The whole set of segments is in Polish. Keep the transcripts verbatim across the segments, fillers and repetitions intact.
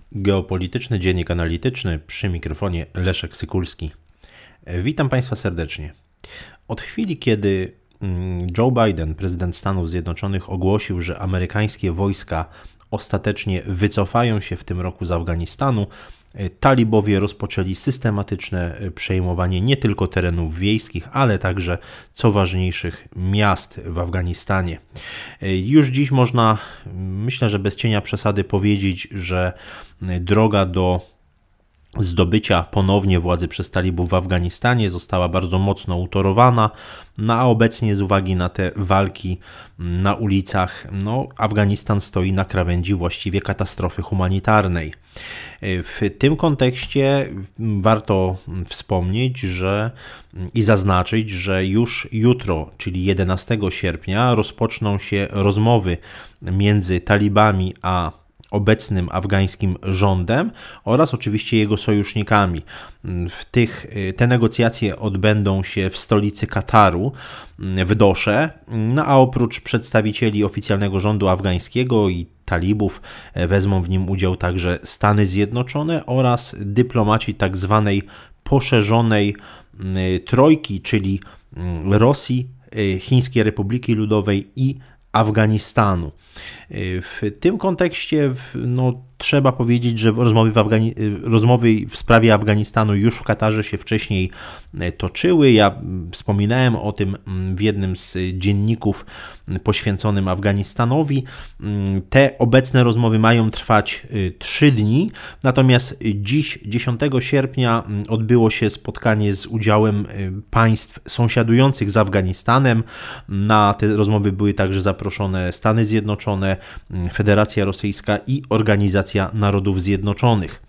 Geopolityczny Dziennik Analityczny, przy mikrofonie Leszek Sykulski. Witam Państwa serdecznie. Od chwili, kiedy Joe Biden, prezydent Stanów Zjednoczonych, ogłosił, że amerykańskie wojska ostatecznie wycofają się w tym roku z Afganistanu, talibowie rozpoczęli systematyczne przejmowanie nie tylko terenów wiejskich, ale także, co ważniejszych, miast w Afganistanie. Już dziś można, myślę, że bez cienia przesady powiedzieć, że droga do zdobycia ponownie władzy przez talibów w Afganistanie została bardzo mocno utorowana, no a obecnie z uwagi na te walki na ulicach, no, Afganistan stoi na krawędzi właściwie katastrofy humanitarnej. W tym kontekście warto wspomnieć, że i zaznaczyć, że już jutro, czyli jedenastego sierpnia, rozpoczną się rozmowy między talibami a obecnym afgańskim rządem oraz oczywiście jego sojusznikami. W tych, te negocjacje odbędą się w stolicy Kataru, w Dosze, no a oprócz przedstawicieli oficjalnego rządu afgańskiego i talibów wezmą w nim udział także Stany Zjednoczone oraz dyplomaci tak zwanej poszerzonej trojki, czyli Rosji, Chińskiej Republiki Ludowej i Afganistanu. W tym kontekście no, trzeba powiedzieć, że rozmowy w, Afgani- rozmowy w sprawie Afganistanu już w Katarze się wcześniej toczyły. Ja wspominałem o tym w jednym z dzienników poświęconym Afganistanowi. Te obecne rozmowy mają trwać trzy dni, natomiast dziś, dziesiątego sierpnia, odbyło się spotkanie z udziałem państw sąsiadujących z Afganistanem. Na te rozmowy były także zaproszone Stany Zjednoczone, Federacja Rosyjska i Organizacja Narodów Zjednoczonych.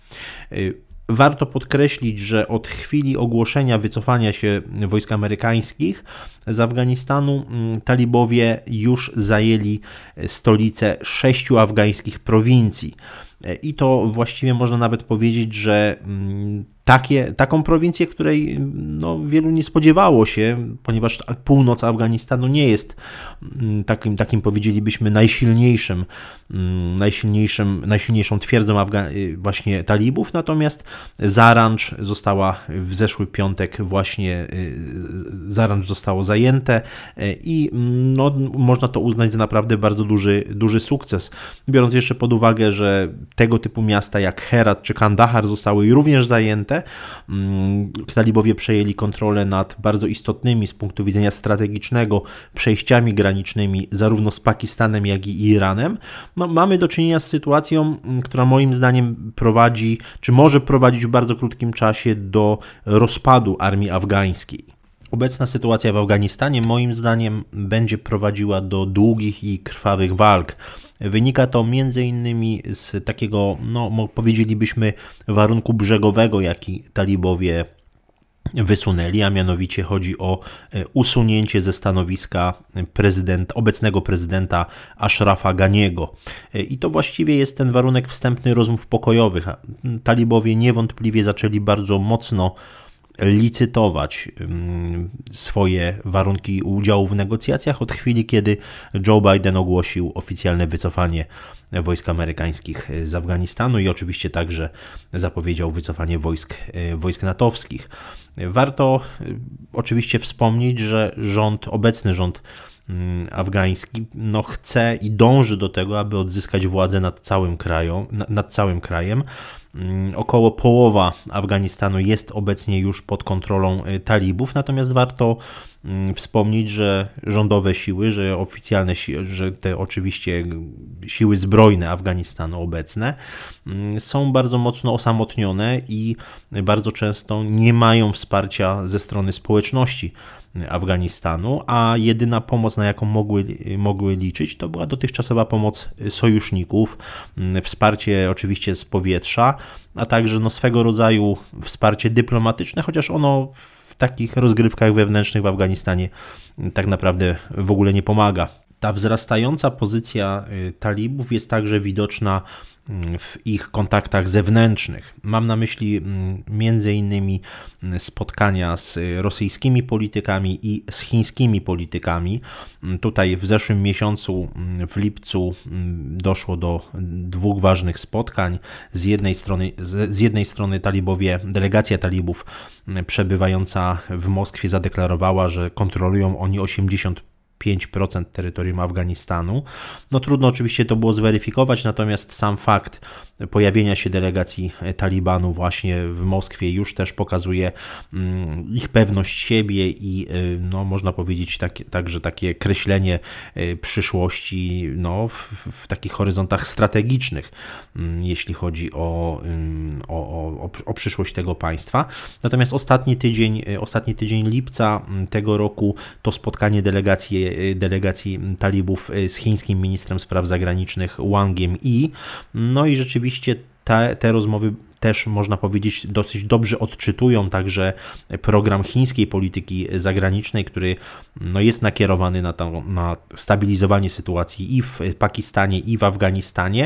Warto podkreślić, że od chwili ogłoszenia wycofania się wojsk amerykańskich z Afganistanu talibowie już zajęli stolice sześciu afgańskich prowincji. I to właściwie można nawet powiedzieć, że takie, taką prowincję, której no, wielu nie spodziewało się, ponieważ północ Afganistanu nie jest takim, takim powiedzielibyśmy, najsilniejszym, najsilniejszym, najsilniejszą twierdzą Afga- właśnie talibów, natomiast Zarandż została w zeszły piątek właśnie, Zarandż zostało zajęte i no, można to uznać za naprawdę bardzo duży, duży sukces, biorąc jeszcze pod uwagę, że tego typu miasta jak Herat czy Kandahar zostały również zajęte. Talibowie przejęli kontrolę nad bardzo istotnymi z punktu widzenia strategicznego przejściami granicznymi zarówno z Pakistanem, jak i Iranem. No, mamy do czynienia z sytuacją, która moim zdaniem prowadzi, czy może prowadzić w bardzo krótkim czasie do rozpadu armii afgańskiej. Obecna sytuacja w Afganistanie moim zdaniem będzie prowadziła do długich i krwawych walk. Wynika to między innymi z takiego, no powiedzielibyśmy, warunku brzegowego, jaki talibowie wysunęli, a mianowicie chodzi o usunięcie ze stanowiska prezydent, obecnego prezydenta Ashrafa Ganiego. I to właściwie jest ten warunek wstępny rozmów pokojowych. Talibowie niewątpliwie zaczęli bardzo mocno licytować swoje warunki udziału w negocjacjach od chwili, kiedy Joe Biden ogłosił oficjalne wycofanie wojsk amerykańskich z Afganistanu i oczywiście także zapowiedział wycofanie wojsk, wojsk natowskich. Warto oczywiście wspomnieć, że rząd, obecny rząd afgański no, chce i dąży do tego, aby odzyskać władzę nad całym, kraju, nad całym krajem. Około połowa Afganistanu jest obecnie już pod kontrolą talibów, natomiast warto wspomnieć, że rządowe siły, że oficjalne siły, że te oczywiście siły zbrojne Afganistanu obecne są bardzo mocno osamotnione i bardzo często nie mają wsparcia ze strony społeczności Afganistanu, a jedyna pomoc, na jaką mogły, mogły liczyć, to była dotychczasowa pomoc sojuszników, wsparcie oczywiście z powietrza, a także no, swego rodzaju wsparcie dyplomatyczne, chociaż ono w takich rozgrywkach wewnętrznych w Afganistanie tak naprawdę w ogóle nie pomaga. Ta wzrastająca pozycja talibów jest także widoczna w ich kontaktach zewnętrznych. Mam na myśli między innymi spotkania z rosyjskimi politykami i z chińskimi politykami. Tutaj w zeszłym miesiącu, w lipcu, doszło do dwóch ważnych spotkań. Z jednej strony, z jednej strony talibowie, delegacja talibów przebywająca w Moskwie zadeklarowała, że kontrolują oni osiemdziesiąt pięć procent terytorium Afganistanu. No trudno oczywiście to było zweryfikować, natomiast sam fakt pojawienia się delegacji Talibanu właśnie w Moskwie już też pokazuje ich pewność siebie i no, można powiedzieć tak, także takie kreślenie przyszłości no, w, w takich horyzontach strategicznych, jeśli chodzi o, o, o, o przyszłość tego państwa. Natomiast ostatni tydzień, ostatni tydzień lipca tego roku to spotkanie delegacji, delegacji talibów z chińskim ministrem spraw zagranicznych Wangiem Yi. No i rzeczywiście Te, te rozmowy też, można powiedzieć, dosyć dobrze odczytują także program chińskiej polityki zagranicznej, który no, jest nakierowany na, to, na stabilizowanie sytuacji i w Pakistanie, i w Afganistanie,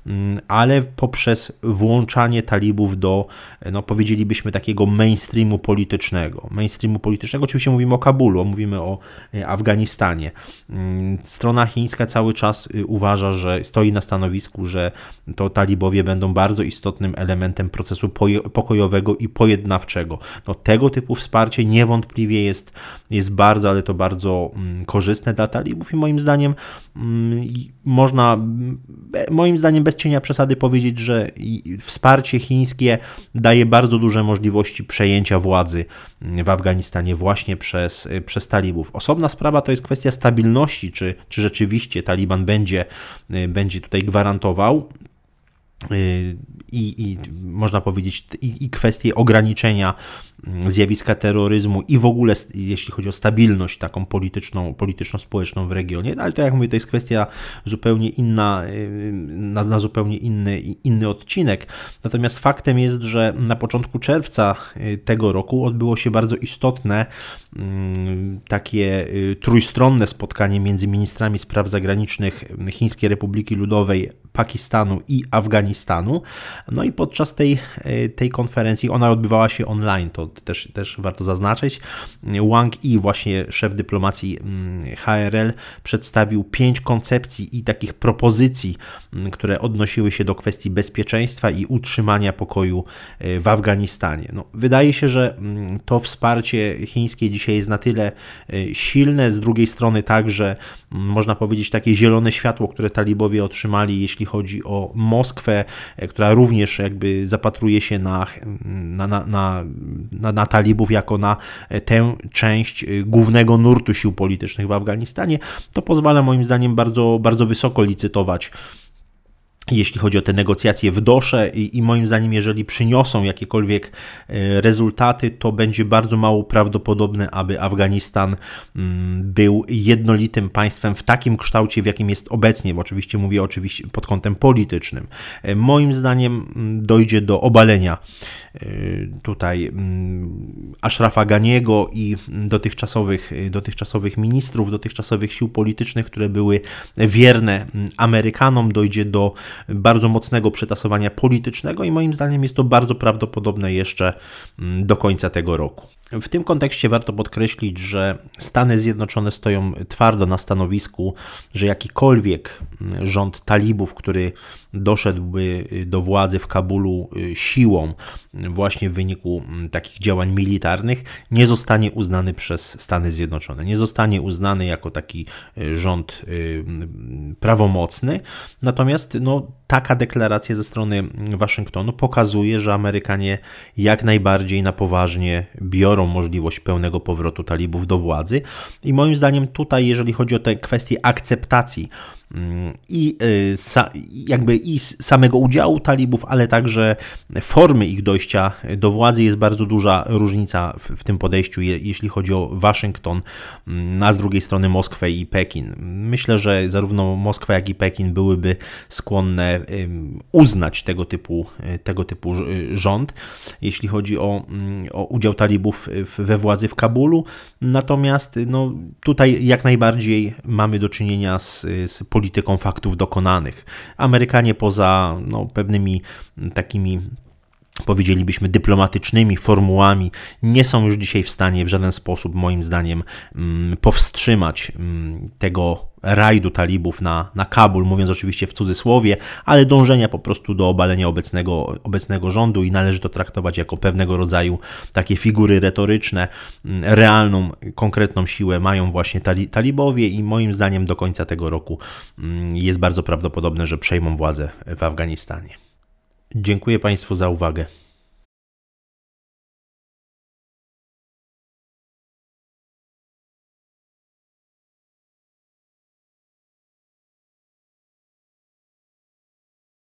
ale poprzez włączanie talibów do, no, powiedzielibyśmy, takiego mainstreamu politycznego. Mainstreamu politycznego, oczywiście mówimy o Kabulu, mówimy o Afganistanie. Strona chińska cały czas uważa, że stoi na stanowisku, że to talibowie będą bardzo istotnym elementem procesu pokojowego i pojednawczego. No, tego typu wsparcie niewątpliwie jest, jest bardzo, ale to bardzo mm, korzystne dla talibów i moim zdaniem mm, można, moim zdaniem bez cienia przesady powiedzieć, że wsparcie chińskie daje bardzo duże możliwości przejęcia władzy w Afganistanie właśnie przez, przez talibów. Osobna sprawa to jest kwestia stabilności, czy, czy rzeczywiście Taliban będzie, będzie tutaj gwarantował I, i można powiedzieć i, i kwestie ograniczenia zjawiska terroryzmu i w ogóle jeśli chodzi o stabilność taką polityczną, polityczno-społeczną w regionie, ale to jak mówię, to jest kwestia zupełnie inna, na, na zupełnie inny, inny odcinek. Natomiast faktem jest, że na początku czerwca tego roku odbyło się bardzo istotne takie trójstronne spotkanie między ministrami spraw zagranicznych Chińskiej Republiki Ludowej, Pakistanu i Afganistanu. No i podczas tej, tej konferencji, ona odbywała się online, to też, też warto zaznaczyć, Wang Yi, właśnie szef dyplomacji H R L, przedstawił pięć koncepcji i takich propozycji, które odnosiły się do kwestii bezpieczeństwa i utrzymania pokoju w Afganistanie. No, wydaje się, że to wsparcie chińskie dzisiaj jest na tyle silne, z drugiej strony także, można powiedzieć, takie zielone światło, które talibowie otrzymali, jeśli chodzi o Moskwę, która również jakby zapatruje się na, na, na, na, na, na talibów jako na tę część głównego nurtu sił politycznych w Afganistanie, to pozwala moim zdaniem bardzo, bardzo wysoko licytować, jeśli chodzi o te negocjacje w Dosze i, i moim zdaniem, jeżeli przyniosą jakiekolwiek rezultaty, to będzie bardzo mało prawdopodobne, aby Afganistan był jednolitym państwem w takim kształcie, w jakim jest obecnie, bo oczywiście mówię oczywiście pod kątem politycznym. Moim zdaniem dojdzie do obalenia tutaj Ashrafa Ganiego i dotychczasowych, dotychczasowych ministrów, dotychczasowych sił politycznych, które były wierne Amerykanom, dojdzie do bardzo mocnego przetasowania politycznego i moim zdaniem jest to bardzo prawdopodobne jeszcze do końca tego roku. W tym kontekście warto podkreślić, że Stany Zjednoczone stoją twardo na stanowisku, że jakikolwiek rząd talibów, który doszedłby do władzy w Kabulu siłą właśnie w wyniku takich działań militarnych, nie zostanie uznany przez Stany Zjednoczone. Nie zostanie uznany jako taki rząd prawomocny. Natomiast no, taka deklaracja ze strony Waszyngtonu pokazuje, że Amerykanie jak najbardziej na poważnie biorą możliwość pełnego powrotu talibów do władzy i moim zdaniem tutaj, jeżeli chodzi o te kwestie akceptacji i jakby i samego udziału talibów, ale także formy ich dojścia do władzy, jest bardzo duża różnica w, w tym podejściu, jeśli chodzi o Waszyngton, a z drugiej strony Moskwę i Pekin. Myślę, że zarówno Moskwa, jak i Pekin byłyby skłonne uznać tego typu, tego typu rząd, jeśli chodzi o, o udział talibów we władzy w Kabulu. Natomiast no, tutaj jak najbardziej mamy do czynienia z, z polityką faktów dokonanych. Amerykanie poza no, pewnymi takimi, powiedzielibyśmy, dyplomatycznymi formułami nie są już dzisiaj w stanie w żaden sposób, moim zdaniem, powstrzymać tego rajdu talibów na, na Kabul, mówiąc oczywiście w cudzysłowie, ale dążenia po prostu do obalenia obecnego, obecnego rządu i należy to traktować jako pewnego rodzaju takie figury retoryczne. Realną, konkretną siłę mają właśnie tali, talibowie i moim zdaniem do końca tego roku jest bardzo prawdopodobne, że przejmą władzę w Afganistanie. Dziękuję Państwu za uwagę.